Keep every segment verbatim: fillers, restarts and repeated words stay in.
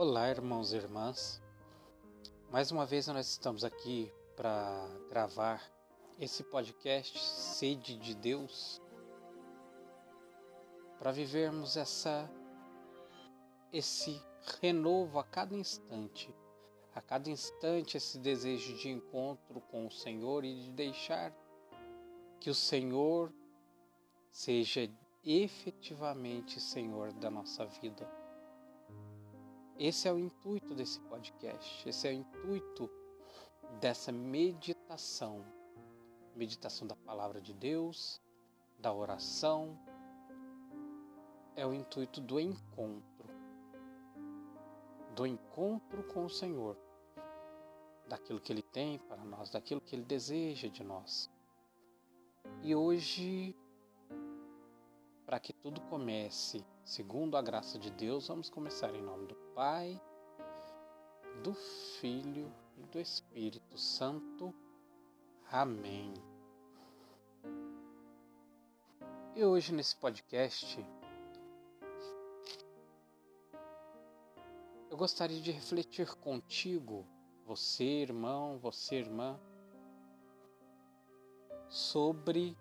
Olá, irmãos e irmãs. Mais uma vez nós estamos aqui para gravar esse podcast Sede de Deus, para vivermos essa, esse renovo a cada instante, a cada instante esse desejo de encontro com o Senhor e de deixar que o Senhor seja efetivamente Senhor da nossa vida. Esse é o intuito desse podcast, esse é o intuito dessa meditação, meditação da palavra de Deus, da oração, é o intuito do encontro, do encontro com o Senhor, daquilo que Ele tem para nós, daquilo que Ele deseja de nós. E hoje, para que tudo comece segundo a graça de Deus, vamos começar em nome do Pai, do Filho e do Espírito Santo. Amém. E hoje nesse podcast, eu gostaria de refletir contigo, você irmão, você irmã, sobre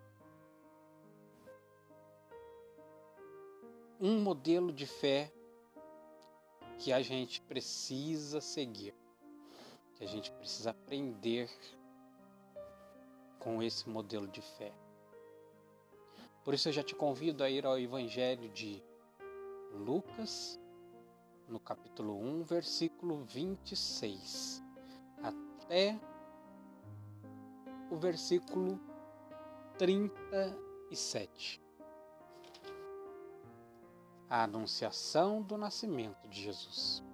um modelo de fé que a gente precisa seguir, que a gente precisa aprender com esse modelo de fé. Por isso eu já te convido a ir ao Evangelho de Lucas, no capítulo um, versículo vinte e seis, até o versículo trinta e sete. A anunciação do nascimento de Jesus.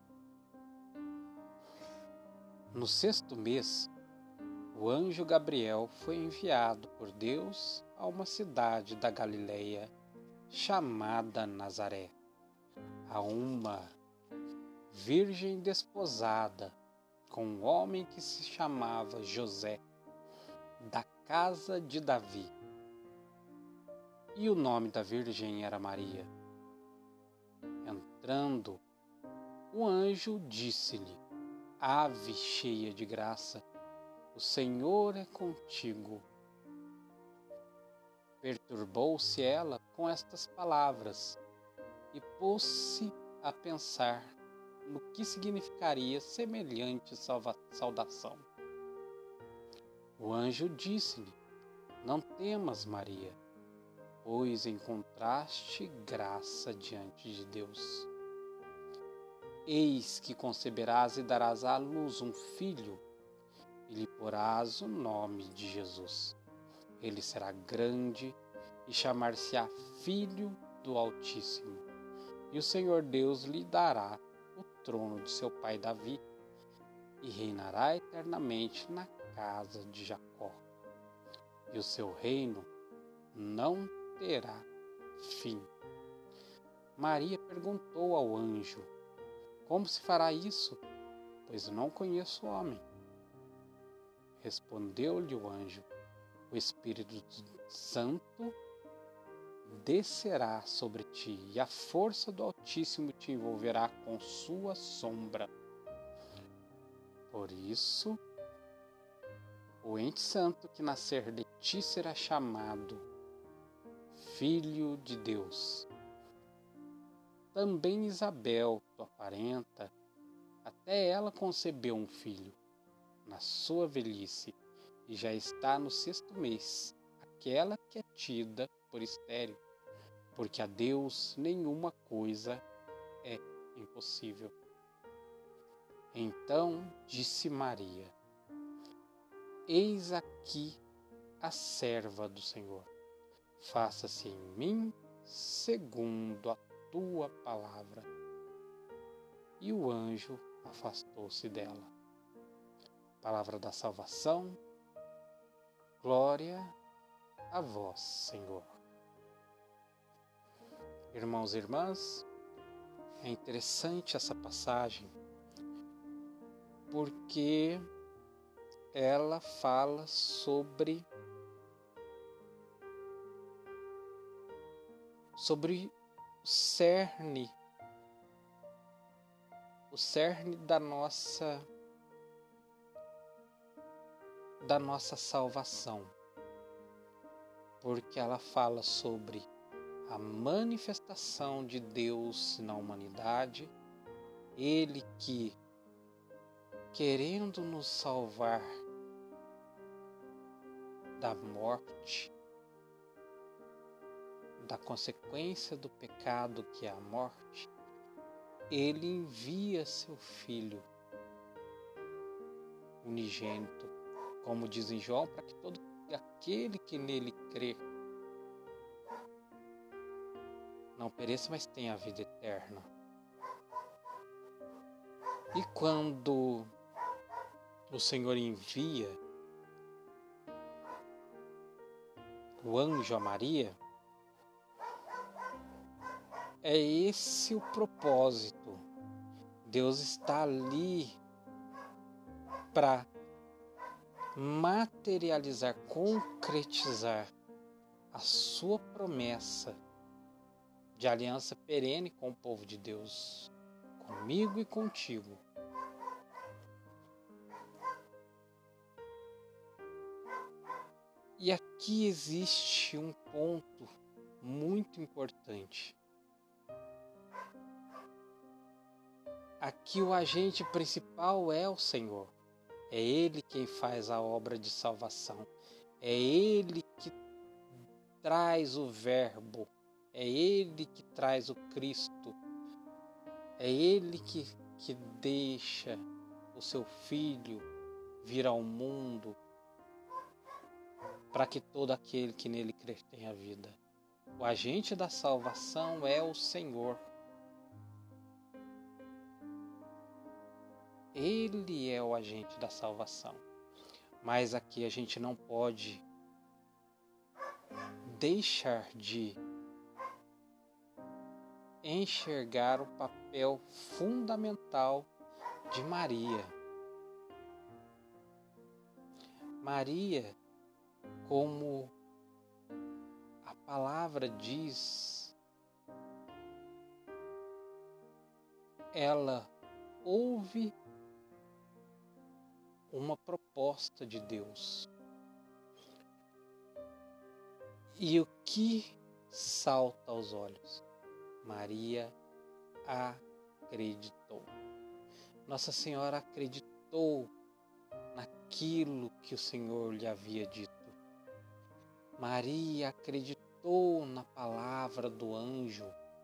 No sexto mês, o anjo Gabriel foi enviado por Deus a uma cidade da Galileia chamada Nazaré, a uma virgem desposada com um homem que se chamava José, da casa de Davi. E o nome da virgem era Maria. Entrando, o anjo disse-lhe: Ave cheia de graça, o Senhor é contigo. Perturbou-se ela com estas palavras e pôs-se a pensar no que significaria semelhante salva- saudação. O anjo disse-lhe: Não temas, Maria, pois encontraste graça diante de Deus. Eis que conceberás e darás à luz um filho, e lhe porás o nome de Jesus. Ele será grande e chamar-se-á Filho do Altíssimo. E o Senhor Deus lhe dará o trono de seu pai Davi, e reinará eternamente na casa de Jacó. E o seu reino não terá fim. Maria perguntou ao anjo: Como se fará isso? Pois não conheço homem. Respondeu-lhe o anjo: O Espírito Santo descerá sobre ti, e a força do Altíssimo te envolverá com sua sombra. Por isso, o ente santo que nascer de ti será chamado Filho de Deus. Também Isabel, tua parenta, até ela concebeu um filho, na sua velhice, e já está no sexto mês, aquela que é tida por estéril, porque a Deus nenhuma coisa é impossível. Então disse Maria: Eis aqui a serva do Senhor. Faça-se em mim segundo a tua palavra. E o anjo afastou-se dela. Palavra da salvação. Glória a vós, Senhor. Irmãos e irmãs, é interessante essa passagem porque ela fala sobre sobre o cerne o cerne da nossa da nossa salvação, porque ela fala sobre a manifestação de Deus na humanidade, Ele que, querendo nos salvar da morte, da consequência do pecado que é a morte, Ele envia seu Filho unigênito, como diz em João, para que todo aquele que nele crê não pereça, mas tenha a vida eterna. E quando o Senhor envia o anjo a Maria, é esse o propósito. Deus está ali para materializar, concretizar a sua promessa de aliança perene com o povo de Deus, comigo e contigo. E aqui existe um ponto muito importante. Aqui o agente principal é o Senhor. É Ele quem faz a obra de salvação. É Ele que traz o Verbo. É Ele que traz o Cristo. É Ele que, que deixa o seu Filho vir ao mundo para que todo aquele que nele crer tenha vida. O agente da salvação é o Senhor. Ele é o agente da salvação. Mas aqui a gente não pode deixar de enxergar o papel fundamental de Maria. Maria, como a palavra diz, ela ouve uma proposta de Deus. E o que salta aos olhos? Maria acreditou. Nossa Senhora acreditou naquilo que o Senhor lhe havia dito. Maria acreditou na palavra do anjo.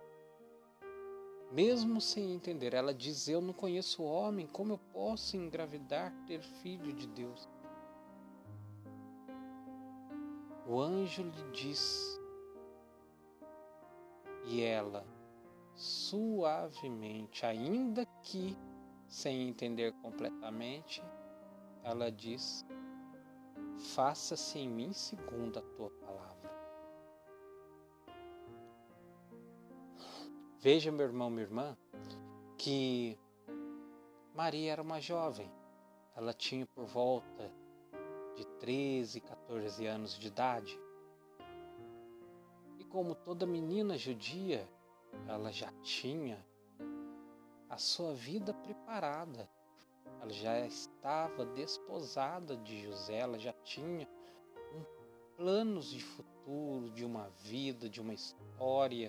Mesmo sem entender, ela diz: eu não conheço o homem, como eu posso engravidar, ter filho de Deus? O anjo lhe diz, e ela, suavemente, ainda que sem entender completamente, ela diz: faça-se em mim segundo a tua palavra. Veja, meu irmão, minha irmã, que Maria era uma jovem. Ela tinha por volta de treze, quatorze anos de idade. E como toda menina judia, ela já tinha a sua vida preparada. Ela já estava desposada de José, ela já tinha um planos de futuro, de uma vida, de uma história.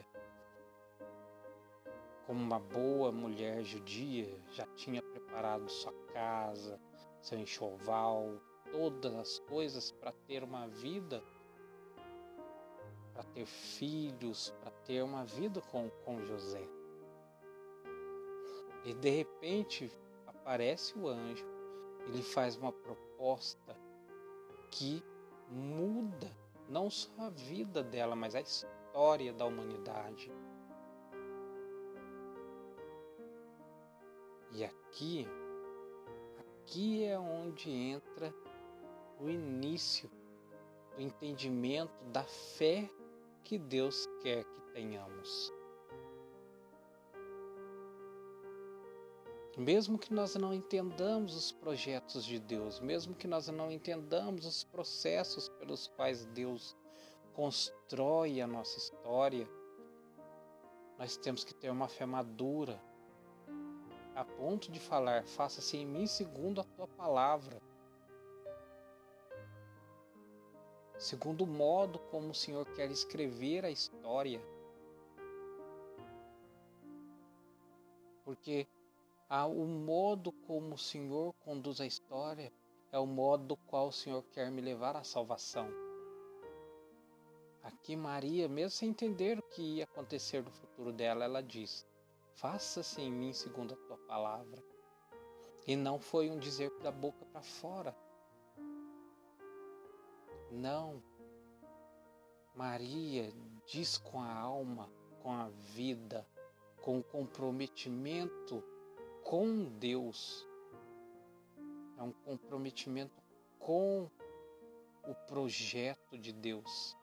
Como uma boa mulher judia, já tinha preparado sua casa, seu enxoval, todas as coisas para ter uma vida, para ter filhos, para ter uma vida com, com José. E de repente aparece o anjo, ele faz uma proposta que muda não só a vida dela, mas a história da humanidade. E aqui, aqui é onde entra o início do entendimento da fé que Deus quer que tenhamos. Mesmo que nós não entendamos os projetos de Deus, mesmo que nós não entendamos os processos pelos quais Deus constrói a nossa história, nós temos que ter uma fé madura, a ponto de falar: faça-se em mim segundo a tua palavra, segundo o modo como o Senhor quer escrever a história. Porque ah, o modo como o Senhor conduz a história é o modo do qual o Senhor quer me levar à salvação. Aqui Maria, mesmo sem entender o que ia acontecer no futuro dela, ela diz: faça-se em mim segundo a tua palavra. E não foi um dizer da boca para fora. Não. Maria diz com a alma, com a vida, com o comprometimento com Deus. É um comprometimento com o projeto de Deus.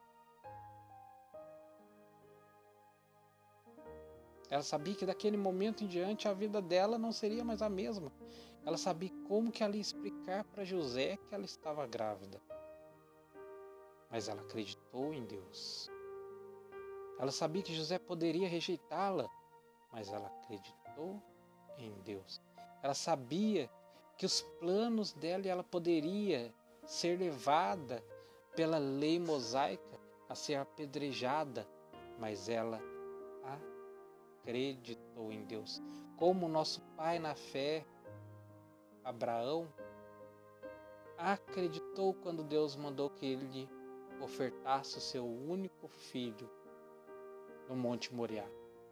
Ela sabia que daquele momento em diante a vida dela não seria mais a mesma. Ela sabia como que ela ia explicar para José que ela estava grávida. Mas ela acreditou em Deus. Ela sabia que José poderia rejeitá-la, mas ela acreditou em Deus. Ela sabia que os planos dela, ela poderia ser levada pela lei mosaica a ser apedrejada, mas ela acreditou em Deus. Como nosso pai na fé, Abraão, acreditou quando Deus mandou que ele ofertasse o seu único filho no Monte Moriá.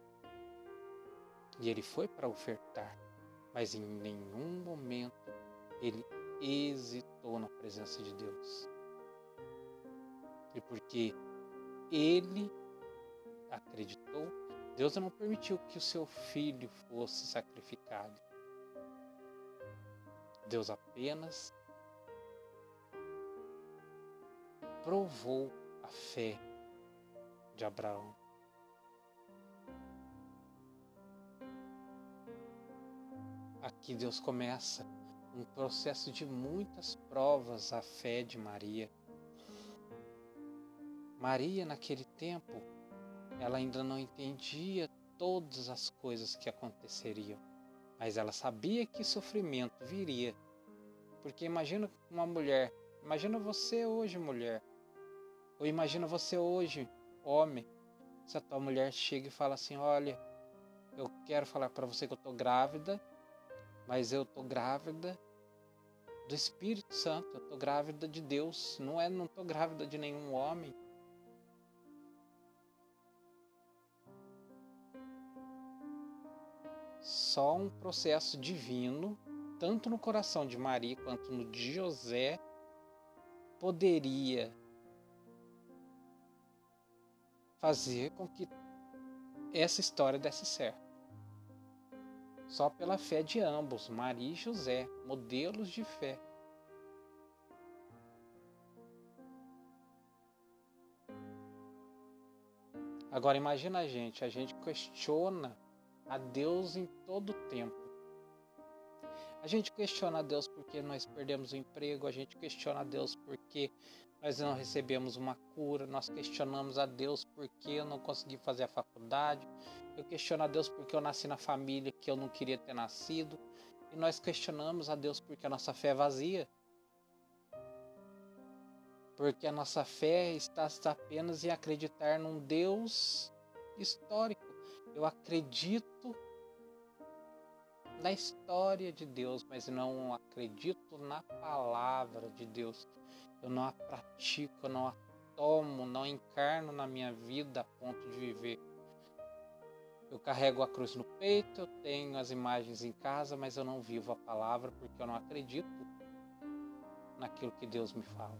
E ele foi para ofertar, mas em nenhum momento ele hesitou na presença de Deus. E porque ele acreditou, Deus não permitiu que o seu filho fosse sacrificado. Deus apenas provou a fé de Abraão. Aqui Deus começa um processo de muitas provas à fé de Maria. Maria, naquele tempo, ela ainda não entendia todas as coisas que aconteceriam, mas ela sabia que sofrimento viria. Porque imagina uma mulher, imagina você hoje, mulher, ou imagina você hoje, homem, se a tua mulher chega e fala assim: olha, eu quero falar para você que eu estou grávida, mas eu estou grávida do Espírito Santo, eu estou grávida de Deus, não é, não estou grávida de nenhum homem. Só um processo divino, tanto no coração de Maria quanto no de José, poderia fazer com que essa história desse certo. Só pela fé de ambos, Maria e José, modelos de fé. Agora imagina a gente, a gente questiona a Deus em todo o tempo. A gente questiona a Deus porque nós perdemos o emprego, a gente questiona a Deus porque nós não recebemos uma cura, nós questionamos a Deus porque eu não consegui fazer a faculdade, eu questiono a Deus porque eu nasci na família que eu não queria ter nascido, e nós questionamos a Deus porque a nossa fé é vazia. Porque a nossa fé está apenas em acreditar num Deus histórico. Eu acredito na história de Deus, mas não acredito na palavra de Deus. Eu não a pratico, eu não a tomo, não encarno na minha vida a ponto de viver. Eu carrego a cruz no peito, eu tenho as imagens em casa, mas eu não vivo a palavra porque eu não acredito naquilo que Deus me fala.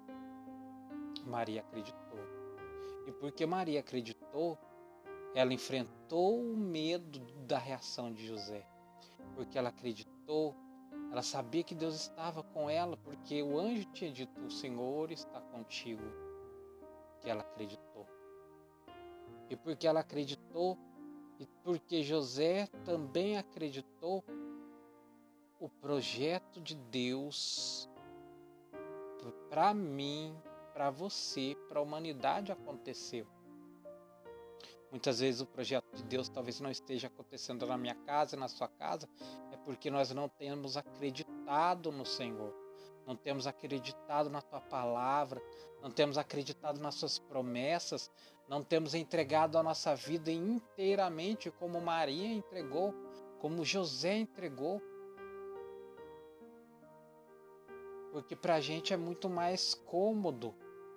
Maria acreditou. E porque Maria acreditou, ela enfrentou o medo da reação de José. Porque ela acreditou, ela sabia que Deus estava com ela, porque o anjo tinha dito: o Senhor está contigo. Que ela acreditou. E porque ela acreditou, e porque José também acreditou, o projeto de Deus para mim, para você, para a humanidade aconteceu. Muitas vezes o projeto de Deus talvez não esteja acontecendo na minha casa, na sua casa, é porque nós não temos acreditado no Senhor, não temos acreditado na Tua palavra, não temos acreditado nas Suas promessas, não temos entregado a nossa vida inteiramente como Maria entregou, como José entregou. Porque para a gente é muito mais cômodo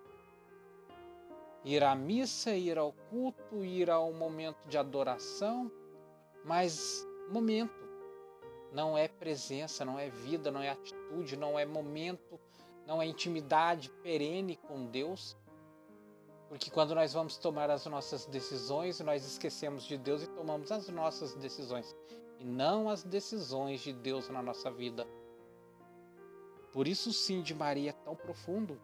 ir à missa, ir ao culto, ir ao momento de adoração, mas momento, não é presença, não é vida, não é atitude, não é momento, não é intimidade perene com Deus. Porque quando nós vamos tomar as nossas decisões, nós esquecemos de Deus e tomamos as nossas decisões, e não as decisões de Deus na nossa vida. Por isso o sim de Maria é tão profundo.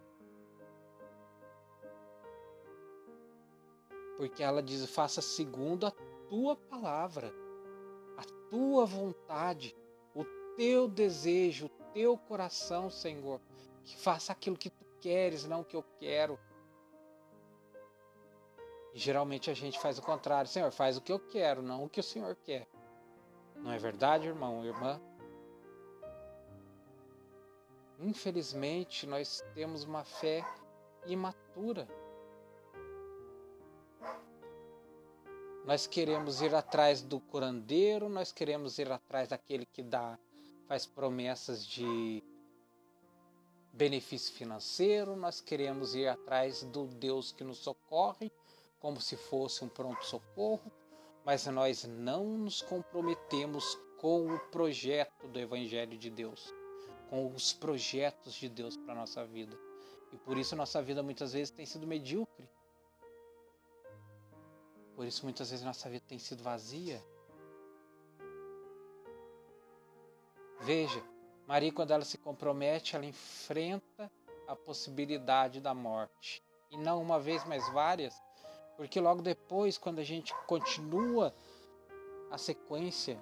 Porque ela diz, faça segundo a tua palavra, a tua vontade, o teu desejo, o teu coração, Senhor. Que faça aquilo que tu queres, não o que eu quero. E geralmente a gente faz o contrário. Senhor, faz o que eu quero, não o que o Senhor quer. Não é verdade, irmão, irmã? Infelizmente, nós temos uma fé imatura. Nós queremos ir atrás do curandeiro, nós queremos ir atrás daquele que dá, faz promessas de benefício financeiro, nós queremos ir atrás do Deus que nos socorre, como se fosse um pronto-socorro, mas nós não nos comprometemos com o projeto do Evangelho de Deus, com os projetos de Deus para a nossa vida. E por isso nossa vida muitas vezes tem sido medíocre. Por isso muitas vezes nossa vida tem sido vazia. Veja, Maria, quando ela se compromete, ela enfrenta a possibilidade da morte. E não uma vez, mas várias. Porque logo depois, quando a gente continua a sequência,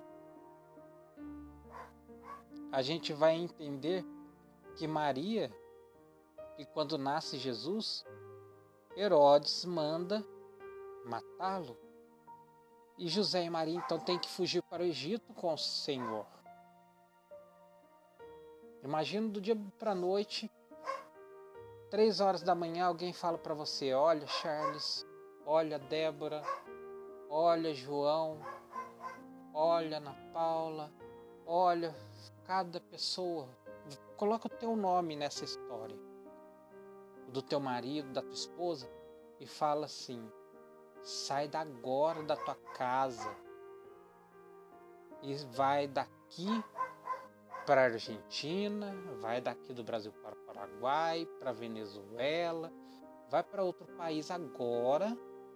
a gente vai entender que Maria, e quando nasce Jesus, Herodes manda matá-lo. E José e Maria então têm que fugir para o Egito com o Senhor. Imagina do dia para a noite, três horas da manhã, alguém fala para você, olha Charles, olha Débora, olha João, olha Ana Paula, olha cada pessoa, coloca o teu nome nessa história, do teu marido, da tua esposa, e fala assim, sai agora da tua casa e vai daqui para a Argentina, vai daqui do Brasil para o Paraguai, para a Venezuela, vai para outro país agora,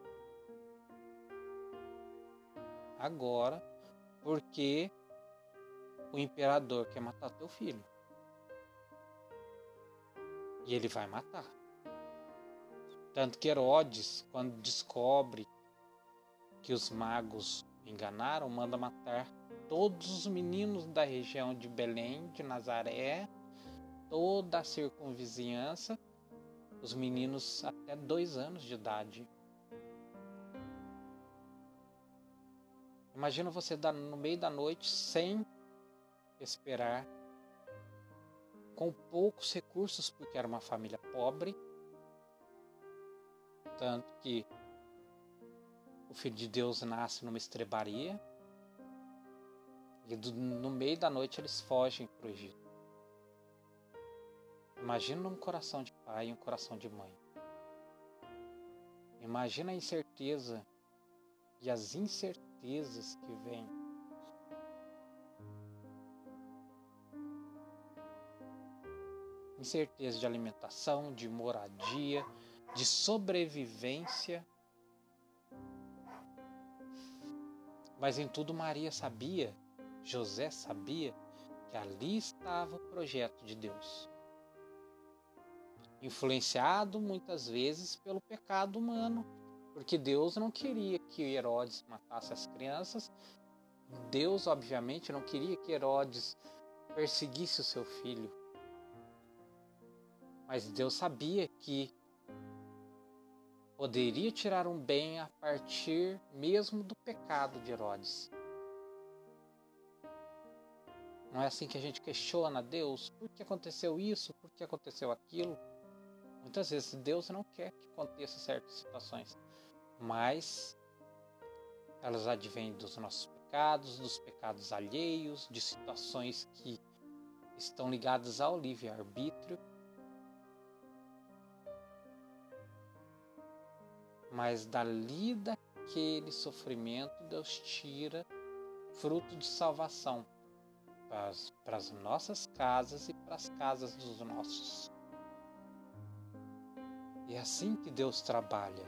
agora, porque o imperador quer matar teu filho. E ele vai matar. Tanto que Herodes, quando descobre que os magos enganaram, manda matar todos os meninos da região de Belém, de Nazaré, toda a circunvizinhança, os meninos até dois anos de idade. Imagina você no meio da noite, sem esperar, com poucos recursos, porque era uma família pobre, tanto que o Filho de Deus nasce numa estrebaria, e do, no meio da noite eles fogem para o Egito. Imagina um coração de pai e um coração de mãe. Imagina a incerteza e as incertezas que vêm. Incerteza de alimentação, de moradia, de sobrevivência. Mas em tudo Maria sabia, José sabia, que ali estava o projeto de Deus. Influenciado muitas vezes pelo pecado humano, porque Deus não queria que Herodes matasse as crianças, Deus obviamente não queria que Herodes perseguisse o seu filho, mas Deus sabia que poderia tirar um bem a partir mesmo do pecado de Herodes. Não é assim que a gente questiona Deus? Por que aconteceu isso? Por que aconteceu aquilo? Muitas vezes Deus não quer que aconteça certas situações, mas elas advêm dos nossos pecados, dos pecados alheios, de situações que estão ligadas ao livre-arbítrio. Mas dali daquele sofrimento Deus tira fruto de salvação para as, para as nossas casas e para as casas dos nossos. E é assim que Deus trabalha.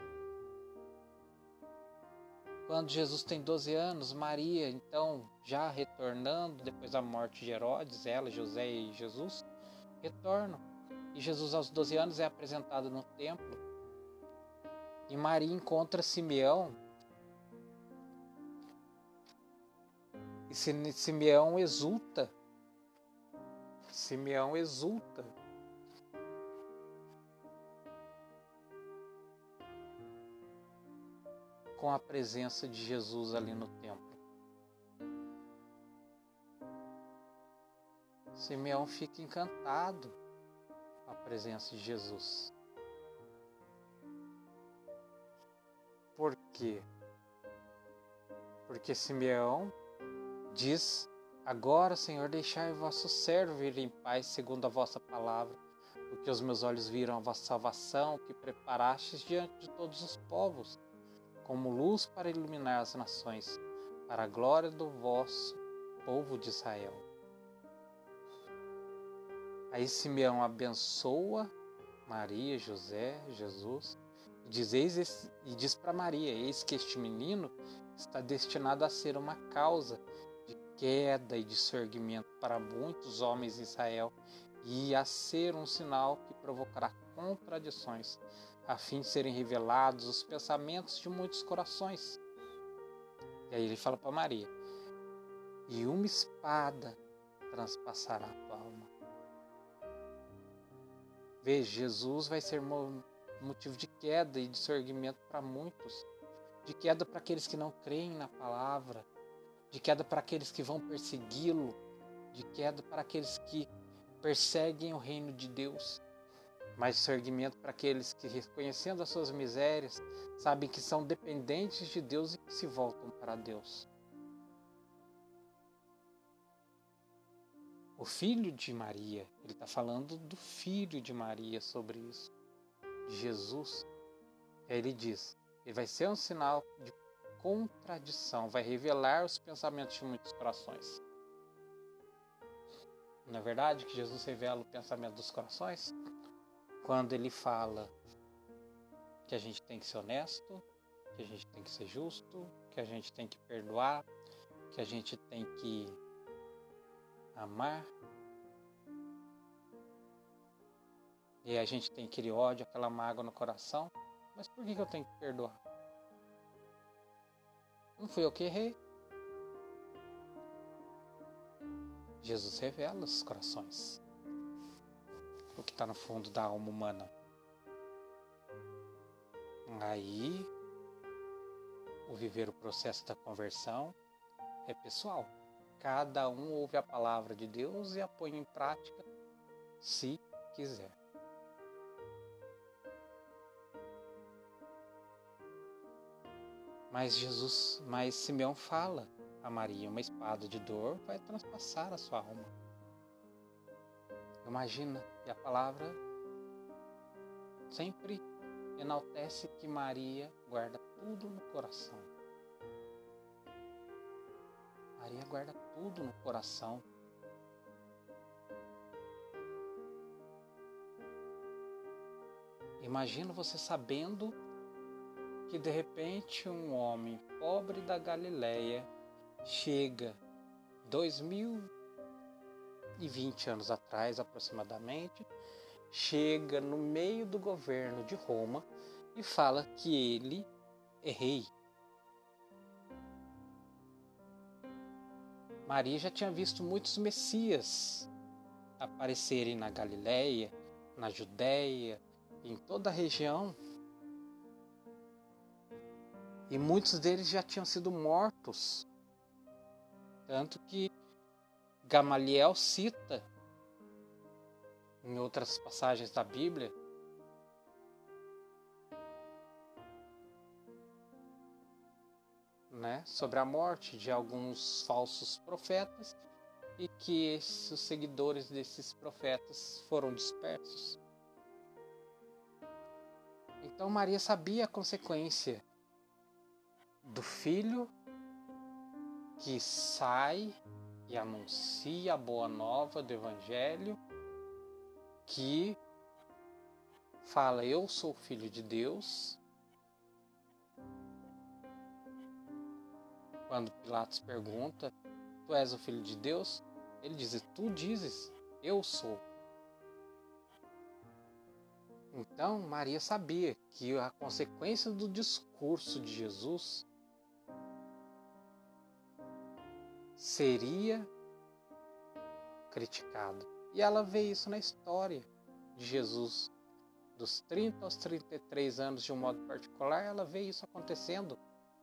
Quando Jesus tem doze anos, Maria, então, já retornando depois da morte de Herodes, ela, José e Jesus, retornam. E Jesus, aos doze anos, é apresentado no templo. E Maria encontra Simeão. E Simeão exulta. Simeão exulta. Com a presença de Jesus ali no templo. Simeão fica encantado com a presença de Jesus. Por quê? Porque Simeão diz: agora, Senhor, deixai o vosso servo ir em paz segundo a vossa palavra, porque os meus olhos viram a vossa salvação, que preparastes diante de todos os povos, como luz para iluminar as nações, para a glória do vosso povo de Israel. Aí Simeão abençoa Maria, José, Jesus, e diz, eis, e diz para Maria: eis que este menino está destinado a ser uma causa de queda e de surgimento para muitos homens de Israel, e a ser um sinal que provocará contradições, a fim de serem revelados os pensamentos de muitos corações. E aí ele fala para Maria: e uma espada transpassará a tua alma. Veja, Jesus vai ser motivo de queda e de surgimento para muitos, de queda para aqueles que não creem na palavra, de queda para aqueles que vão persegui-lo, de queda para aqueles que perseguem o reino de Deus, mas surgimento para aqueles que, reconhecendo as suas misérias, sabem que são dependentes de Deus e que se voltam para Deus. O filho de Maria, ele está falando do filho de Maria sobre isso, de Jesus. Aí ele diz, ele vai ser um sinal de contradição, vai revelar os pensamentos de muitos corações. Não é verdade que Jesus revela o pensamento dos corações? Quando ele fala que a gente tem que ser honesto, que a gente tem que ser justo, que a gente tem que perdoar, que a gente tem que amar, e a gente tem aquele ódio, aquela mágoa no coração. Mas por que eu tenho que perdoar? Não fui eu que errei. Jesus revela os corações, o que está no fundo da alma humana. Aí, o viver o processo da conversão é pessoal. Cada um ouve a palavra de Deus e a põe em prática, se quiser. Mas Jesus, mas Simeão fala a Maria: uma espada de dor vai transpassar a sua alma. Imagina, e a palavra sempre enaltece que Maria guarda tudo no coração. Maria guarda tudo no coração. Imagina você sabendo que de repente um homem pobre da Galileia chega dois mil e vinte anos atrás aproximadamente, chega no meio do governo de Roma e fala que ele é rei. Maria já tinha visto muitos messias aparecerem na Galileia, na Judéia, em toda a região. E muitos deles já tinham sido mortos. Tanto que Gamaliel cita em outras passagens da Bíblia né, sobre a morte de alguns falsos profetas e que esses, os seguidores desses profetas foram dispersos. Então Maria sabia a consequência do filho que sai e anuncia a boa nova do Evangelho, que fala, eu sou o filho de Deus. Quando Pilatos pergunta, tu és o filho de Deus? Ele diz, tu dizes, eu sou. Então Maria sabia que a consequência do discurso de Jesus seria criticada. E ela vê isso na história de Jesus. Dos trinta aos trinta e três anos, de um modo particular, ela vê isso acontecendo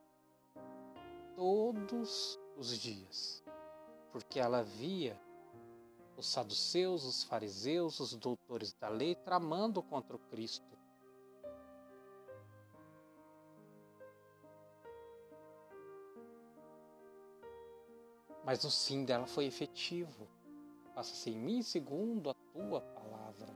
todos os dias. Porque ela via os saduceus, os fariseus, os doutores da lei tramando contra o Cristo. Mas o sim dela foi efetivo. Faça-se em mim segundo a tua palavra.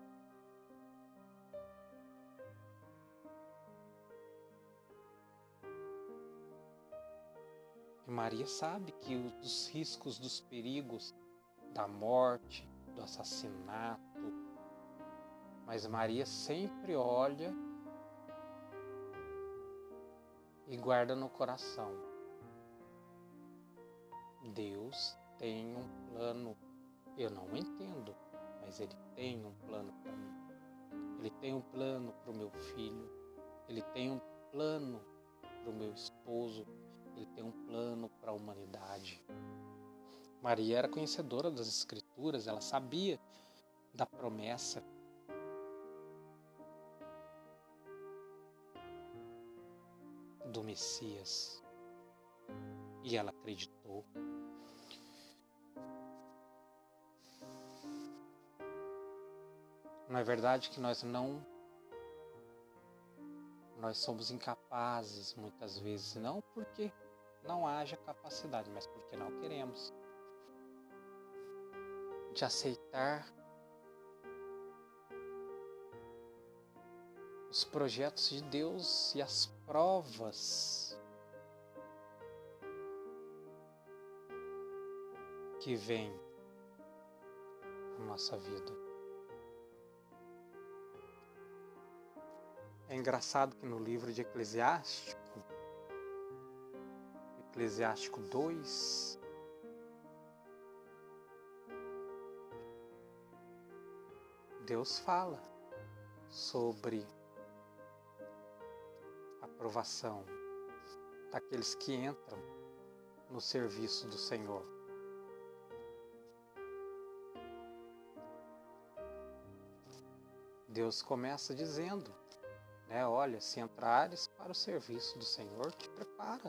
E Maria sabe que os riscos, dos perigos, da morte, do assassinato, mas Maria sempre olha e guarda no coração. Deus tem um plano. Eu não entendo, mas Ele tem um plano para mim. Ele tem um plano para o meu filho. Ele tem um plano para o meu esposo. Ele tem um plano para a humanidade. Maria era conhecedora das Escrituras. Ela sabia da promessa. Do Messias. E ela acreditou. Não é verdade que nós não, nós somos incapazes muitas vezes, não porque não haja capacidade, mas porque não queremos, de aceitar os projetos de Deus e as provas que vêm na nossa vida. É engraçado que no livro de Eclesiástico, Eclesiástico dois, Deus fala sobre a aprovação daqueles que entram no serviço do Senhor. Deus começa dizendo, né, olha, se entrares para o serviço do Senhor, te prepara.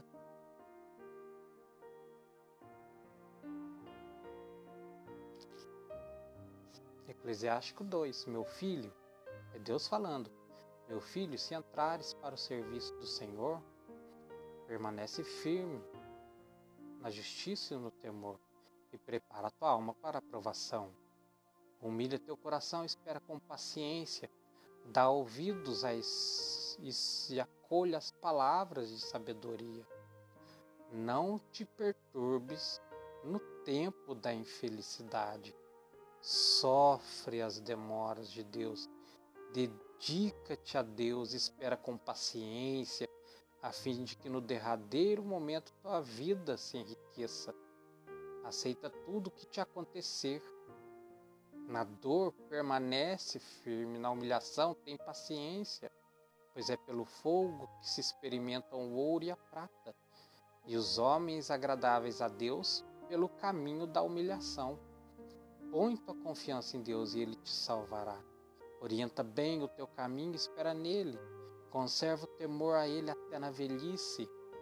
Eclesiástico dois, meu filho, é Deus falando, meu filho, se entrares para o serviço do Senhor, permanece firme na justiça e no temor, e prepara a tua alma para a aprovação. Humilha teu coração, espera com paciência, dá ouvidos a es... e acolha as palavras de sabedoria. Não te perturbes no tempo da infelicidade. Sofre as demoras de Deus. Dedica-te a Deus, espera com paciência, a fim de que no derradeiro momento tua vida se enriqueça. Aceita tudo o que te acontecer. Na dor, permanece firme, na humilhação, tem paciência, pois é pelo fogo que se experimentam o ouro e a prata, e os homens agradáveis a Deus pelo caminho da humilhação. Põe tua confiança em Deus e Ele te salvará. Orienta bem o teu caminho e espera nele. Conserva o temor a Ele até na velhice.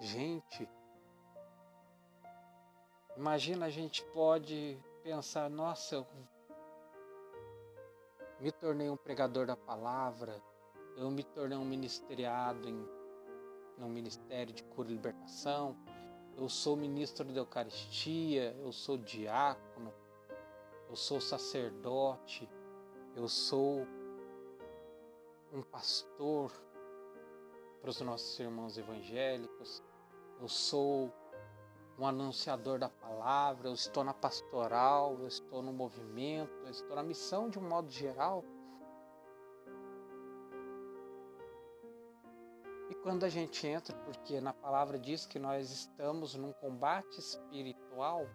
Gente, imagina, a gente pode pensar, nossa, eu me tornei um pregador da palavra, eu me tornei um ministeriado em um ministério de cura e libertação, eu sou ministro da Eucaristia, eu sou diácono, eu sou sacerdote, eu sou um pastor para os nossos irmãos evangélicos, eu sou um anunciador da palavra, eu estou na pastoral, eu estou no movimento, eu estou na missão de um modo geral. E quando a gente entra, porque na palavra diz que nós estamos num combate espiritual,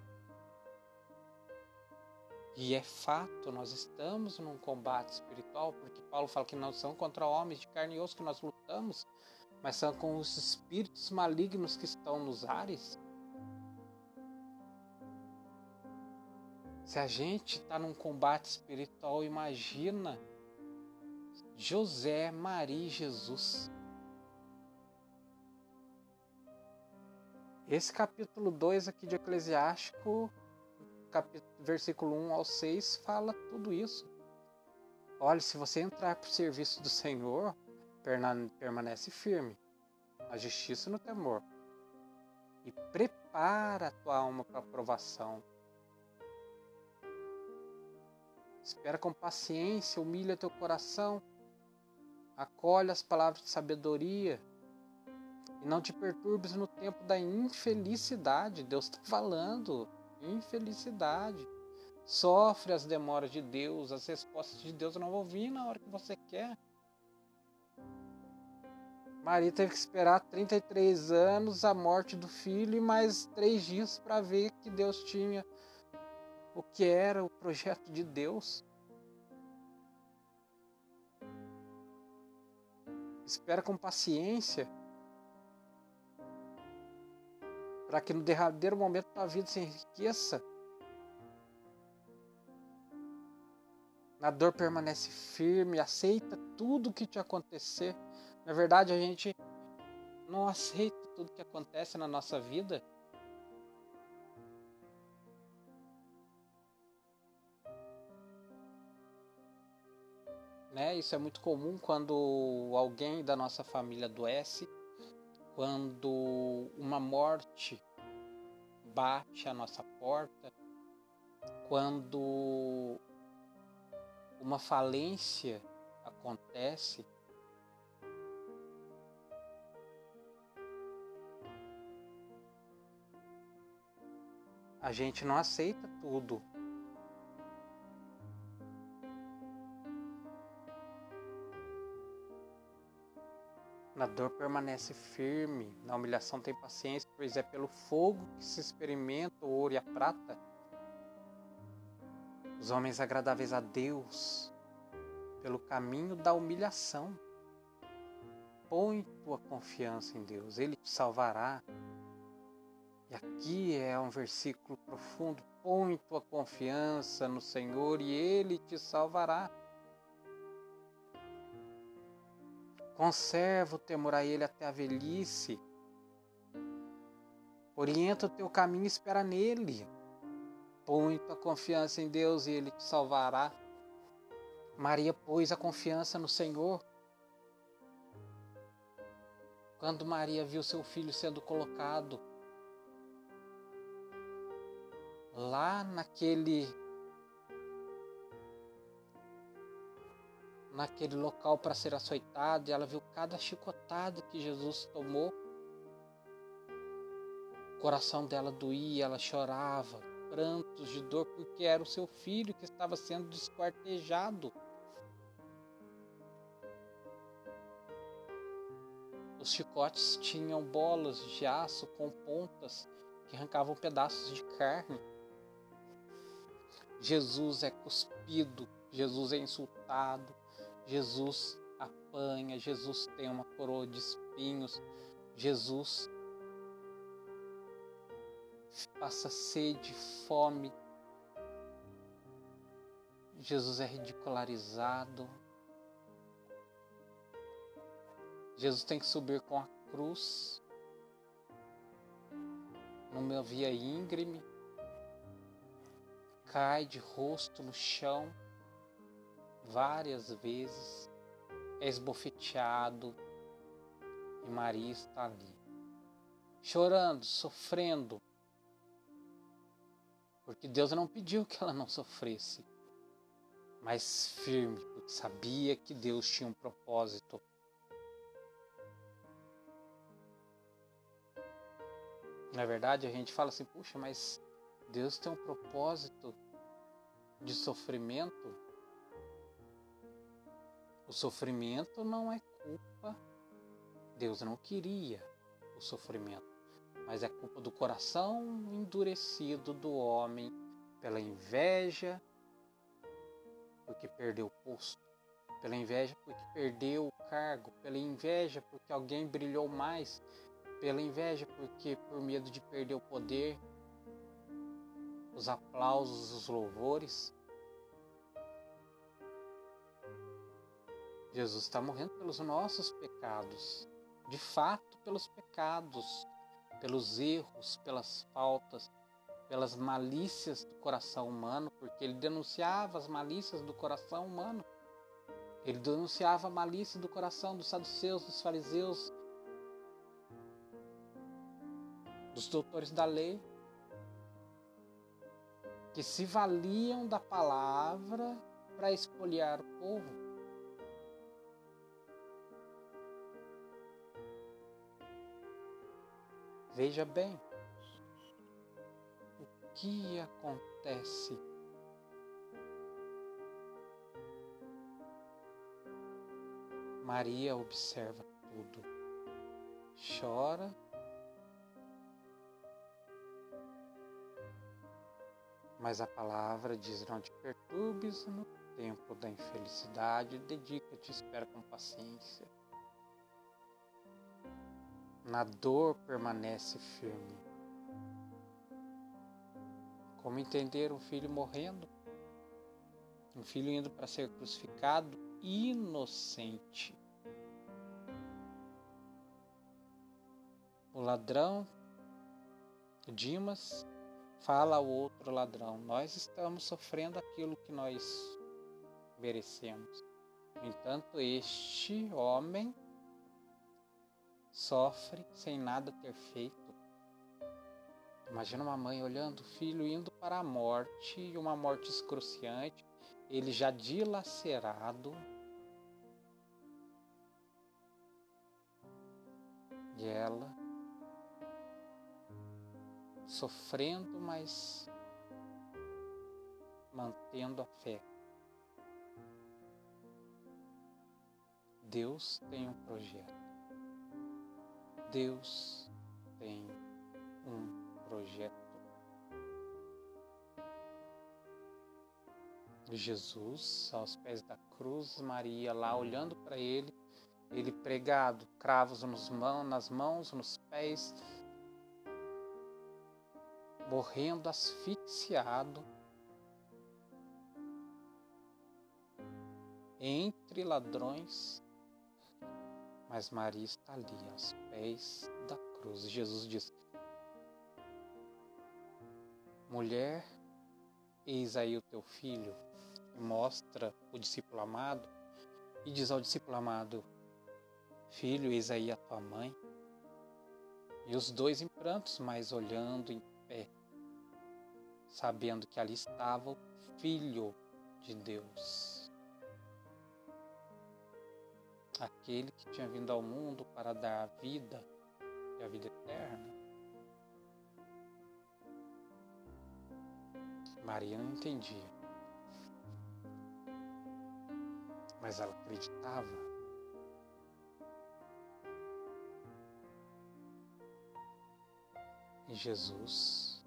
e é fato, nós estamos num combate espiritual, porque Paulo fala que não são contra homens de carne e osso que nós lutamos, mas são com os espíritos malignos que estão nos ares. Se a gente está num combate espiritual, imagina José, Maria e Jesus. Esse capítulo dois aqui de Eclesiástico, capítulo, versículo um ao seis, fala tudo isso. Olha, se você entrar para o serviço do Senhor, permanece firme, na justiça e no temor. E prepara a tua alma para a aprovação. Espera com paciência, humilha teu coração, acolhe as palavras de sabedoria e não te perturbes no tempo da infelicidade. Deus está falando, infelicidade. Sofre as demoras de Deus, as respostas de Deus não vão vir na hora que você quer. Maria teve que esperar trinta e três anos, a morte do filho, e mais três dias para ver que Deus tinha o que era o projeto de Deus. Espera com paciência, para que no derradeiro momento da vida se enriqueça. Na dor permanece firme, aceita tudo que te acontecer. Na verdade, a gente não aceita tudo que acontece na nossa vida. Né? Isso é muito comum quando alguém da nossa família adoece, quando uma morte bate à nossa porta, quando uma falência acontece. A gente não aceita tudo. Na dor permanece firme, na humilhação tem paciência, pois é pelo fogo que se experimenta o ouro e a prata. Os homens agradáveis a Deus, pelo caminho da humilhação. Põe tua confiança em Deus, Ele te salvará. E aqui é um versículo profundo. Põe tua confiança no Senhor e Ele te salvará. Conserva o temor a Ele até a velhice. Orienta o teu caminho e espera nele. Põe tua confiança em Deus e Ele te salvará. Maria pôs a confiança no Senhor. Quando Maria viu seu filho sendo colocado lá naquele naquele local para ser açoitado, e ela viu cada chicotada que Jesus tomou, o coração dela doía, ela chorava, prantos de dor, porque era o seu filho que estava sendo desquartejado. Os chicotes tinham bolas de aço com pontas que arrancavam pedaços de carne. Jesus é cuspido, Jesus é insultado, Jesus apanha, Jesus tem uma coroa de espinhos, Jesus passa sede, fome, Jesus é ridicularizado, Jesus tem que subir com a cruz, numa via íngreme, cai de rosto no chão várias vezes, é esbofeteado e Maria está ali, chorando, sofrendo, porque Deus não pediu que ela não sofresse, mas firme, porque sabia que Deus tinha um propósito. Na verdade, a gente fala assim, puxa, mas Deus tem um propósito de sofrimento. O sofrimento não é culpa. Deus não queria o sofrimento, mas é culpa do coração endurecido do homem pela inveja, porque perdeu o posto, pela inveja porque perdeu o cargo, pela inveja porque alguém brilhou mais, pela inveja porque por medo de perder o poder, os aplausos, os louvores. Jesus está morrendo pelos nossos pecados, de fato pelos pecados, pelos erros, pelas faltas, pelas malícias do coração humano, porque ele denunciava as malícias do coração humano. Ele denunciava a malícia do coração dos saduceus, dos fariseus, dos doutores da lei, que se valiam da palavra para espoliar o povo. Veja bem o que acontece. Maria observa tudo, chora, mas a palavra diz: não te perturbes no tempo da infelicidade, dedica-te, espera com paciência. Na dor permanece firme. Como entender um filho morrendo? Um filho indo para ser crucificado, inocente. O ladrão, Dimas, fala ao outro ladrão: nós estamos sofrendo aquilo que nós merecemos. No entanto, este homem sofre sem nada ter feito. Imagina uma mãe olhando o filho indo para a morte, e uma morte excruciante, ele já dilacerado, e ela sofrendo, mas mantendo a fé. Deus tem um projeto. Deus tem um projeto. Jesus, aos pés da cruz, Maria lá olhando para ele, ele pregado, cravos nos mãos, nas mãos, nos pés, morrendo asfixiado, entre ladrões, mas Maria está ali, aos pés da cruz. E Jesus diz: mulher, eis aí o teu filho. E mostra o discípulo amado e diz ao discípulo amado: filho, eis aí a tua mãe. E os dois em prantos, mas olhando em pé, sabendo que ali estava o Filho de Deus, aquele que tinha vindo ao mundo para dar a vida e a vida eterna. Maria não entendia, mas ela acreditava. E Jesus,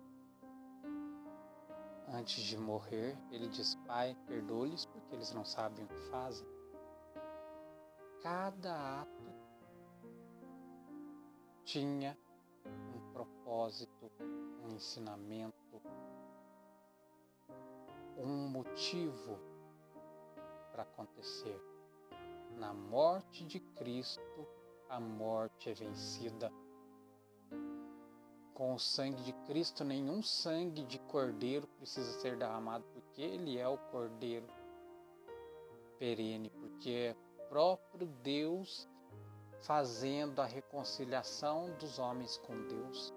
antes de morrer, ele diz: Pai, perdoa-lhes porque eles não sabem o que fazem. Cada ato tinha um propósito, um ensinamento, um motivo para acontecer. Na morte de Cristo, a morte é vencida. com o sangue de Cristo, nenhum sangue de cordeiro precisa ser derramado, porque Ele é o cordeiro perene, porque é o próprio Deus fazendo a reconciliação dos homens com Deus.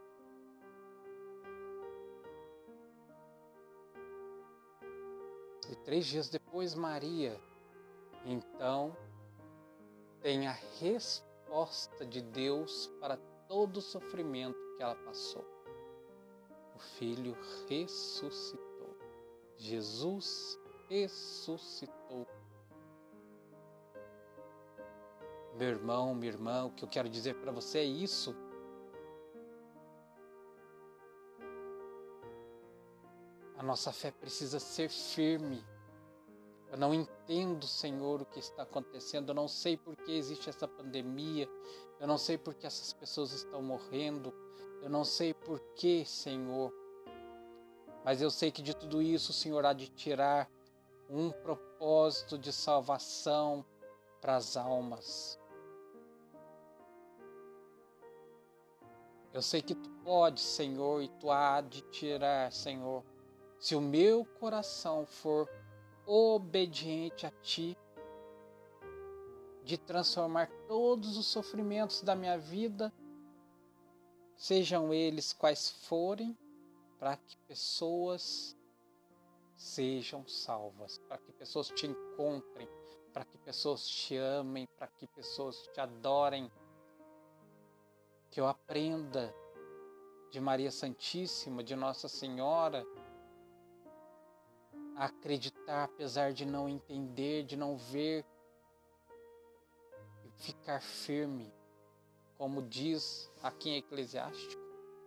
E três dias depois, Maria, então, tem a resposta de Deus para todo o sofrimento que ela passou. O Filho ressuscitou. Jesus ressuscitou. Meu irmão, minha irmã, o que eu quero dizer para você é isso. A nossa fé precisa ser firme. Eu não entendo, Senhor, o que está acontecendo. Eu não sei por que existe essa pandemia. Eu não sei por que essas pessoas estão morrendo. Eu não sei por que, Senhor. Mas eu sei que de tudo isso o Senhor há de tirar um propósito de salvação para as almas. Eu sei que Tu podes, Senhor, e Tu há de tirar, Senhor. Se o meu coração for obediente a Ti, de transformar todos os sofrimentos da minha vida, sejam eles quais forem, para que pessoas sejam salvas, para que pessoas Te encontrem, para que pessoas Te amem, para que pessoas Te adorem. Que eu aprenda de Maria Santíssima, de Nossa Senhora, a acreditar apesar de não entender, de não ver, e ficar firme, como diz aqui em Eclesiástico.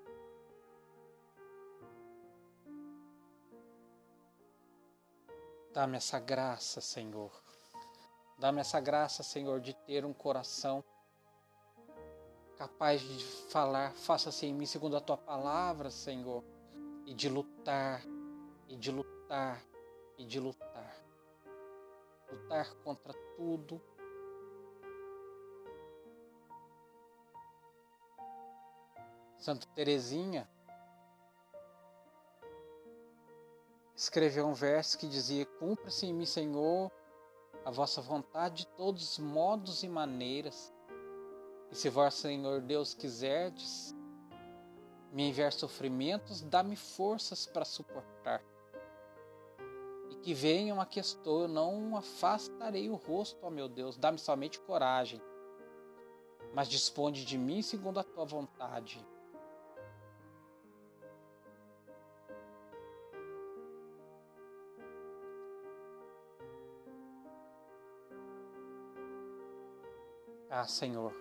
Dá-me essa graça, Senhor. Dá-me essa graça, Senhor, de ter um coração capaz de falar, faça-se em mim segundo a Tua palavra, Senhor, e de lutar, e de lutar, e de lutar. Lutar contra tudo. Santa Teresinha escreveu um verso que dizia: cumpra-se em mim, Senhor, a vossa vontade de todos os modos e maneiras. E se vós, Senhor Deus, quiserdes me enviar sofrimentos, dá-me forças para suportar. E que venham a que estou, eu não afastarei o rosto, ó meu Deus, dá-me somente coragem, mas disponde de mim segundo a Tua vontade. Ah, Senhor,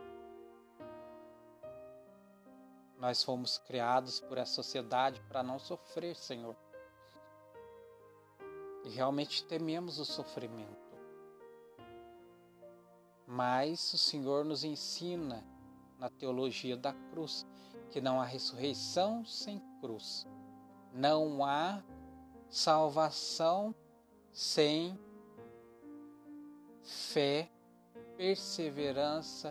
nós fomos criados por essa sociedade para não sofrer, Senhor. E realmente tememos o sofrimento. Mas o Senhor nos ensina na teologia da cruz que não há ressurreição sem cruz. Não há salvação sem fé, perseverança,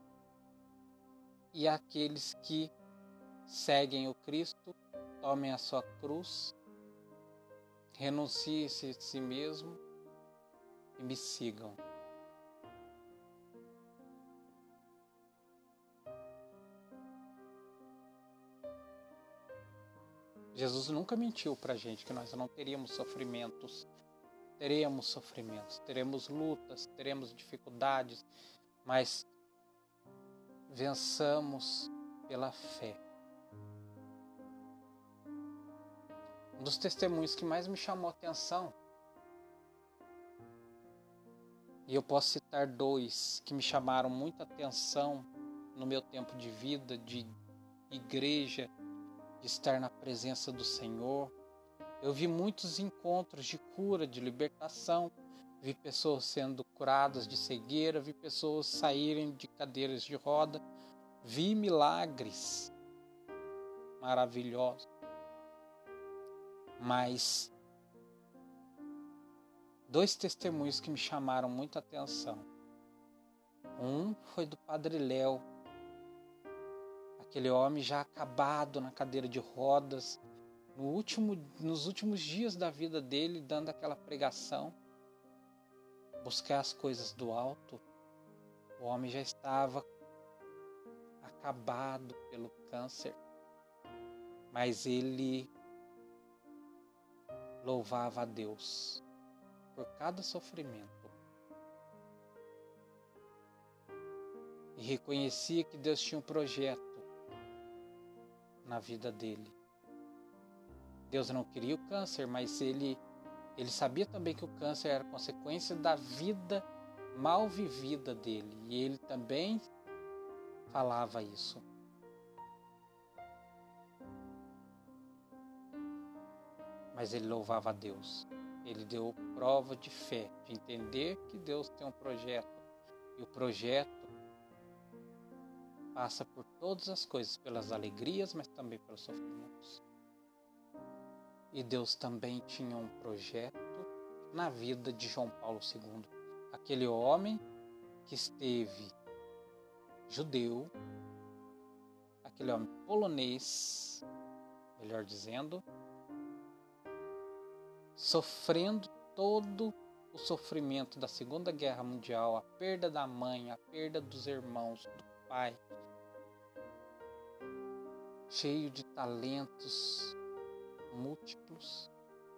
e aqueles que seguem o Cristo, tomem a sua cruz, renunciem-se a si mesmo e me sigam. Jesus nunca mentiu para a gente que nós não teríamos sofrimentos. Teremos sofrimentos, teremos lutas, teremos dificuldades, mas vençamos pela fé. Um dos testemunhos que mais me chamou a atenção, e eu posso citar dois que me chamaram muita atenção no meu tempo de vida, de igreja, de estar na presença do Senhor. Eu vi muitos encontros de cura, de libertação, vi pessoas sendo curadas de cegueira, vi pessoas saírem de cadeiras de roda, vi milagres maravilhosos. Mas dois testemunhos que me chamaram muita atenção. Um foi do Padre Léo, aquele homem já acabado na cadeira de rodas, no último, nos últimos dias da vida dele, dando aquela pregação, buscar as coisas do alto, o homem já estava acabado pelo câncer, mas ele louvava a Deus por cada sofrimento e reconhecia que Deus tinha um projeto na vida dele. Deus não queria o câncer, mas ele, ele sabia também que o câncer era consequência da vida mal vivida dele, e ele também falava isso. Mas ele louvava a Deus. Ele deu prova de fé, de entender que Deus tem um projeto. E o projeto passa por todas as coisas, pelas alegrias, mas também pelos sofrimentos. E Deus também tinha um projeto na vida de João Paulo segundo. Aquele homem que esteve judeu, aquele homem polonês, melhor dizendo, sofrendo todo o sofrimento da Segunda Guerra Mundial, a perda da mãe, a perda dos irmãos, do pai, cheio de talentos múltiplos,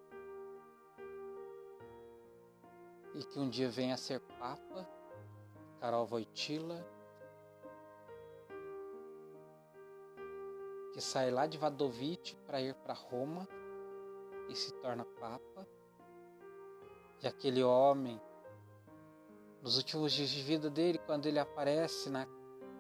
e que um dia vem a ser Papa, Karol Wojtyła, que sai lá de Wadowice para ir para Roma e se torna Papa. E aquele homem, nos últimos dias de vida dele, quando ele aparece na,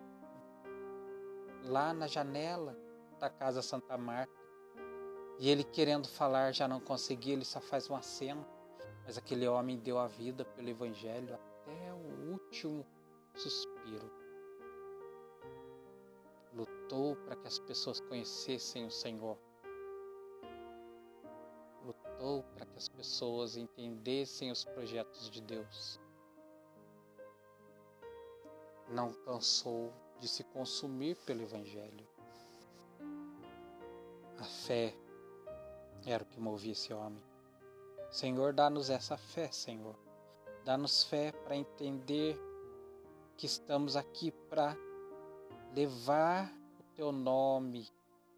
lá na janela da Casa Santa Marta, e ele querendo falar já não conseguia, ele só faz uma cena, mas aquele homem deu a vida pelo Evangelho até o último suspiro. Lutou para que as pessoas conhecessem o Senhor. Lutou para que as pessoas entendessem os projetos de Deus. Não cansou de se consumir pelo Evangelho. A fé era o que movia esse homem. Senhor, dá-nos essa fé, Senhor. Dá-nos fé para entender que estamos aqui para levar o Teu nome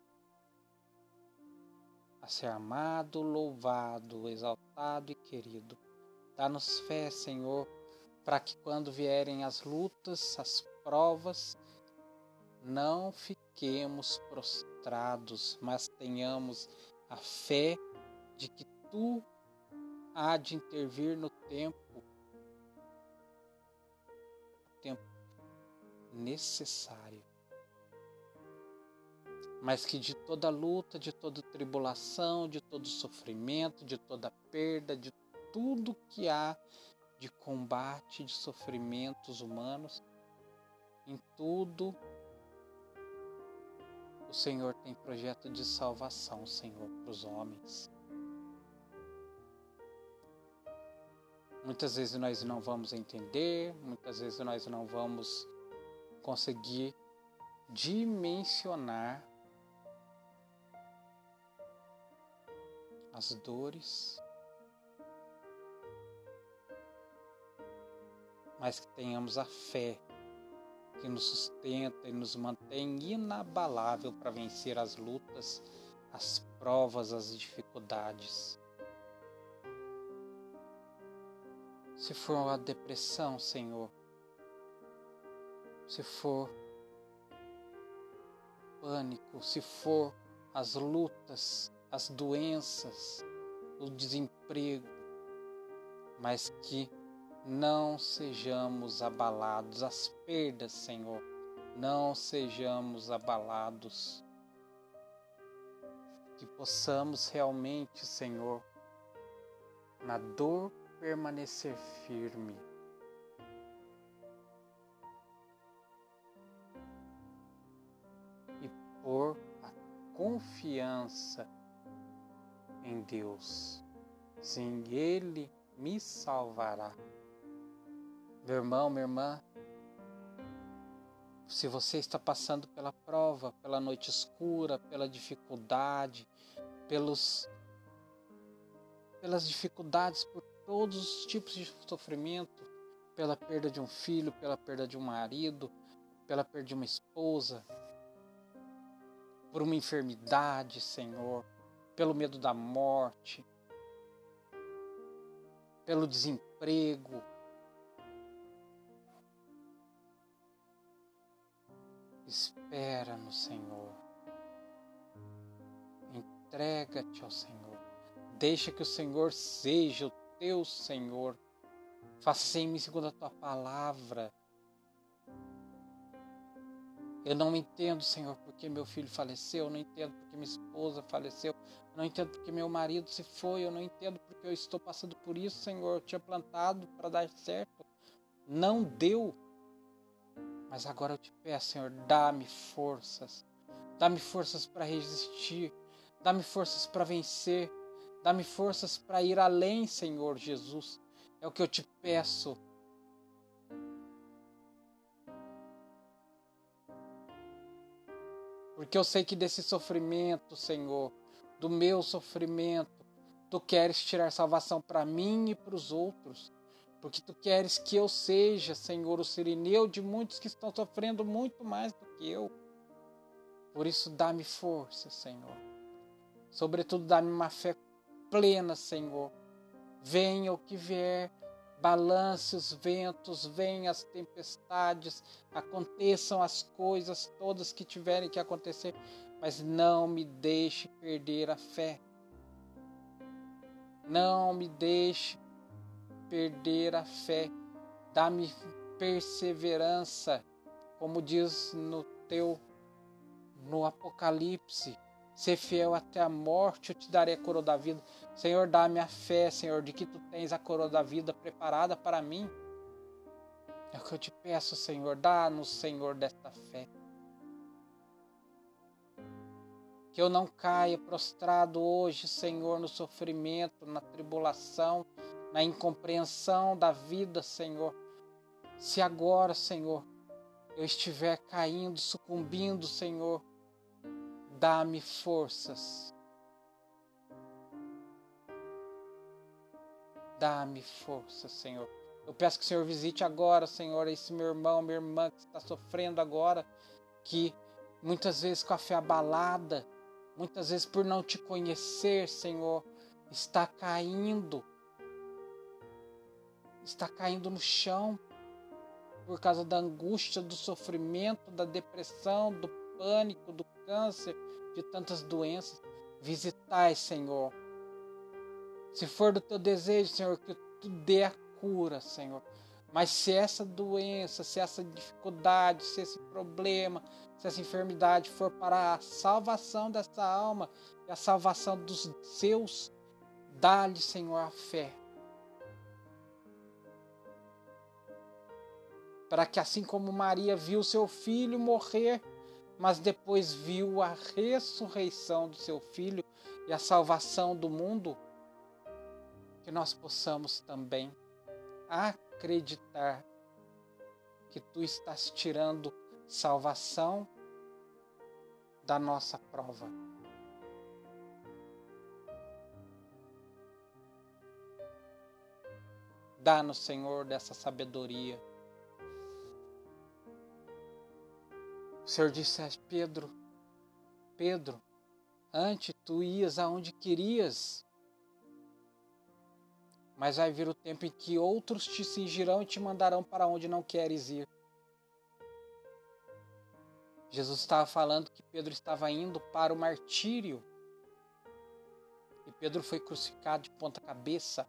a ser amado, louvado, exaltado e querido. Dá-nos fé, Senhor, para que quando vierem as lutas, as provas, não fiquemos prostrados, mas tenhamos a fé de que Tu há de intervir no tempo, o tempo necessário. Mas que de toda luta, de toda tribulação, de todo sofrimento, de toda perda, de tudo que há de combate, de sofrimentos humanos, em tudo o Senhor tem projeto de salvação, Senhor, para os homens. Muitas vezes nós não vamos entender, muitas vezes nós não vamos conseguir dimensionar as dores, mas que tenhamos a fé que nos sustenta e nos mantém inabalável para vencer as lutas, as provas, as dificuldades. Se for a depressão, Senhor, se for pânico, se for as lutas, as doenças, o desemprego, mas que não sejamos abalados, as perdas, Senhor, não sejamos abalados, que possamos realmente, Senhor, na dor permanecer firme, e pôr a confiança em Deus. Sim, Ele me salvará. Meu irmão, minha irmã, Se você está passando pela prova, pela noite escura, pela dificuldade, pelos, pelas dificuldades, por todos os tipos de sofrimento, pela perda de um filho, pela perda de um marido, pela perda de uma esposa, por uma enfermidade, Senhor, pelo medo da morte, pelo desemprego. Espera no Senhor. Entrega-te ao Senhor. Deixa que o Senhor seja o teu Senhor. Faça em mim segundo a tua palavra. Eu não entendo, Senhor, porque meu filho faleceu. Eu não entendo porque minha esposa faleceu. Eu não entendo porque meu marido se foi. Eu não entendo porque eu estou passando por isso, Senhor. Eu tinha plantado para dar certo. Não deu. Mas agora eu te peço, Senhor, dá-me forças. Dá-me forças para resistir. Dá-me forças para vencer. Dá-me forças para ir além, Senhor Jesus. É o que eu te peço. Porque eu sei que desse sofrimento, Senhor, do meu sofrimento, Tu queres tirar salvação para mim e para os outros. Porque Tu queres que eu seja, Senhor, o sirineu de muitos que estão sofrendo muito mais do que eu. Por isso, dá-me força, Senhor. Sobretudo, dá-me uma fé plena, Senhor. Venha o que vier, balance os ventos, venham as tempestades, aconteçam as coisas todas que tiverem que acontecer, mas não me deixe perder a fé. Não me deixe perder a fé. Dá-me perseverança, como diz no teu, no Apocalipse. Ser fiel até a morte, eu te darei a coroa da vida. Senhor, dá-me a fé, Senhor, de que Tu tens a coroa da vida preparada para mim. É o que eu te peço, Senhor. Dá-nos, Senhor, desta fé. Que eu não caia prostrado hoje, Senhor, no sofrimento, na tribulação, na incompreensão da vida, Senhor. Se agora, Senhor, eu estiver caindo, sucumbindo, Senhor, dá-me forças. Dá-me forças, Senhor. Eu peço que o Senhor visite agora, Senhor, esse meu irmão, minha irmã que está sofrendo agora, que muitas vezes com a fé abalada, muitas vezes por não Te conhecer, Senhor, está caindo. Está caindo no chão por causa da angústia, do sofrimento, da depressão, do pânico, do câncer, de tantas doenças. Visitai, Senhor. Se for do Teu desejo, Senhor, que Tu dê a cura, Senhor. Mas se essa doença, se essa dificuldade, se esse problema, se essa enfermidade for para a salvação dessa alma e a salvação dos seus, dá-lhe, Senhor, a fé. Para que assim como Maria viu seu filho morrer, mas depois viu a ressurreição do seu filho e a salvação do mundo, que nós possamos também acreditar que Tu estás tirando salvação da nossa prova. Dá-nos, Senhor, dessa sabedoria. O Senhor disse a Pedro, Pedro, antes tu ias aonde querias, mas vai vir o tempo em que outros te cingirão e te mandarão para onde não queres ir. Jesus estava falando que Pedro estava indo para o martírio. E Pedro foi crucificado de ponta cabeça,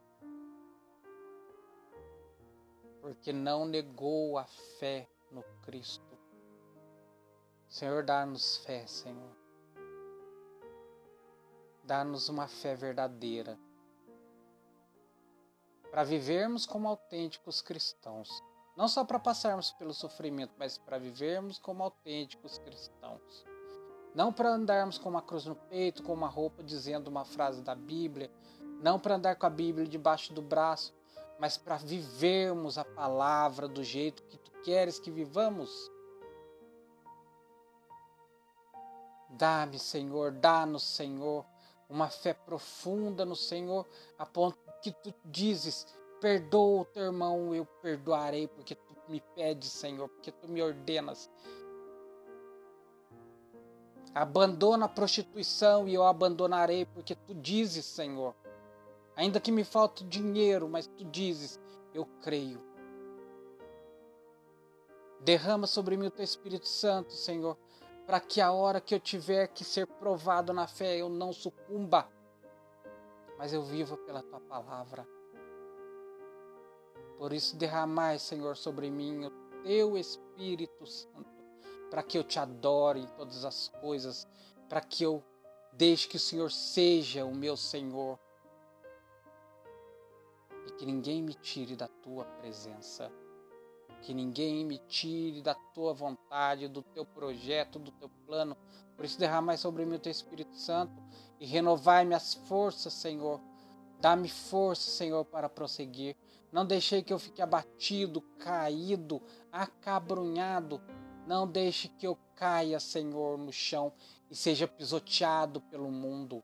porque não negou a fé no Cristo. Senhor, dá-nos fé, Senhor. Dá-nos uma fé verdadeira, para vivermos como autênticos cristãos. Não só para passarmos pelo sofrimento, mas para vivermos como autênticos cristãos. Não para andarmos com uma cruz no peito, com uma roupa dizendo uma frase da Bíblia. Não para andar com a Bíblia debaixo do braço, mas para vivermos a palavra do jeito que Tu queres que vivamos. Dá-me, Senhor, dá-nos, Senhor, uma fé profunda no Senhor, a ponto que tu dizes, perdoa o teu irmão, eu perdoarei, porque tu me pedes, Senhor, porque tu me ordenas. Abandona a prostituição e eu abandonarei, porque tu dizes, Senhor. Ainda que me falte dinheiro, mas tu dizes, eu creio. Derrama sobre mim o teu Espírito Santo, Senhor, para que a hora que eu tiver que ser provado na fé, eu não sucumba, mas eu viva pela tua palavra. Por isso, derramai, Senhor, sobre mim o teu Espírito Santo, para que eu te adore em todas as coisas, para que eu deixe que o Senhor seja o meu Senhor e que ninguém me tire da tua presença, que ninguém me tire da tua vontade, do teu projeto, do teu plano. Por isso, derramai sobre mim o teu Espírito Santo e renovai minhas forças, Senhor. Dá-me força, Senhor, para prosseguir. Não deixei que eu fique abatido, caído, acabrunhado. Não deixe que eu caia, Senhor, no chão e seja pisoteado pelo mundo.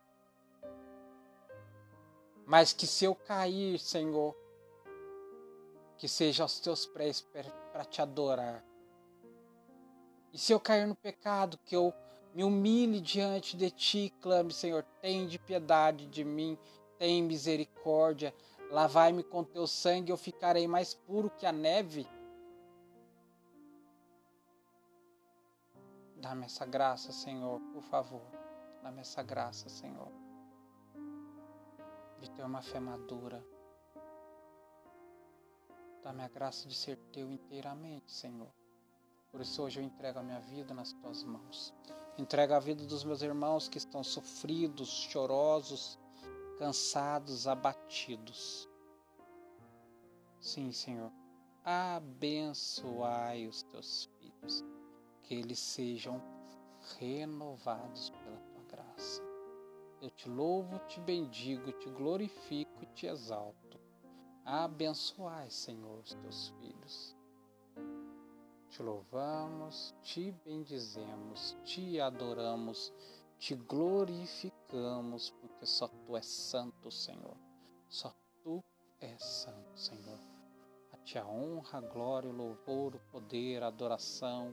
Mas que se eu cair, Senhor, que seja aos teus pés para te adorar. E se eu cair no pecado, que eu me humilhe diante de ti, clame, Senhor, tem de piedade de mim, tem misericórdia, lavai-me com teu sangue, eu ficarei mais puro que a neve. Dá-me essa graça, Senhor, por favor. Dá-me essa graça, Senhor, de ter uma fé madura. Dá-me a graça de ser teu inteiramente, Senhor. Por isso hoje eu entrego a minha vida nas tuas mãos. Entrego a vida dos meus irmãos que estão sofridos, chorosos, cansados, abatidos. Sim, Senhor, abençoai os teus filhos, que eles sejam renovados pela tua graça. Eu te louvo, te bendigo, te glorifico e te exalto. Abençoai, Senhor, os teus filhos. Te louvamos, te bendizemos, te adoramos, te glorificamos, porque só tu és santo, Senhor. Só tu és santo, Senhor. A ti a honra, a glória, o louvor, o poder, a adoração.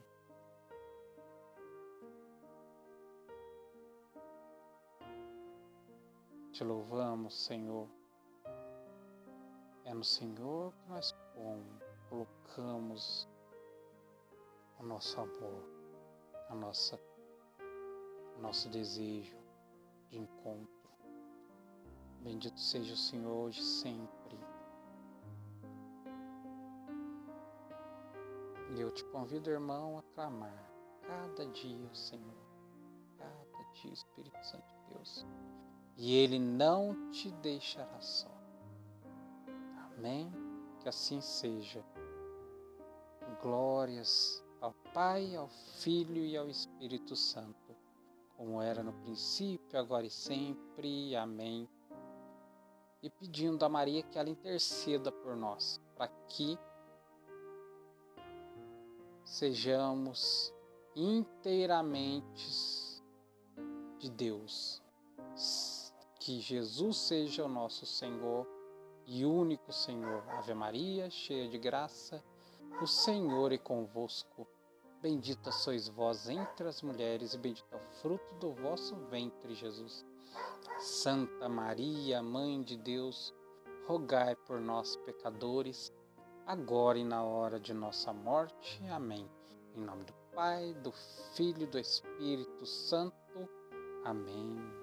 Te louvamos, Senhor. É no Senhor que nós colocamos o nosso amor, a nossa, o nosso desejo de encontro. Bendito seja o Senhor hoje e sempre. E eu te convido, irmão, a clamar cada dia o Senhor, cada dia o Espírito Santo de Deus. E Ele não te deixará só. Amém? Que assim seja. Glórias ao Pai, ao Filho e ao Espírito Santo, como era no princípio, agora e sempre. Amém. E pedindo a Maria que ela interceda por nós, para que sejamos inteiramente de Deus. Que Jesus seja o nosso Senhor e único Senhor. Ave Maria, cheia de graça, o Senhor é convosco. Bendita sois vós entre as mulheres, e bendito é o fruto do vosso ventre, Jesus. Santa Maria, Mãe de Deus, rogai por nós, pecadores, agora e na hora de nossa morte. Amém. Em nome do Pai, do Filho e do Espírito Santo. Amém.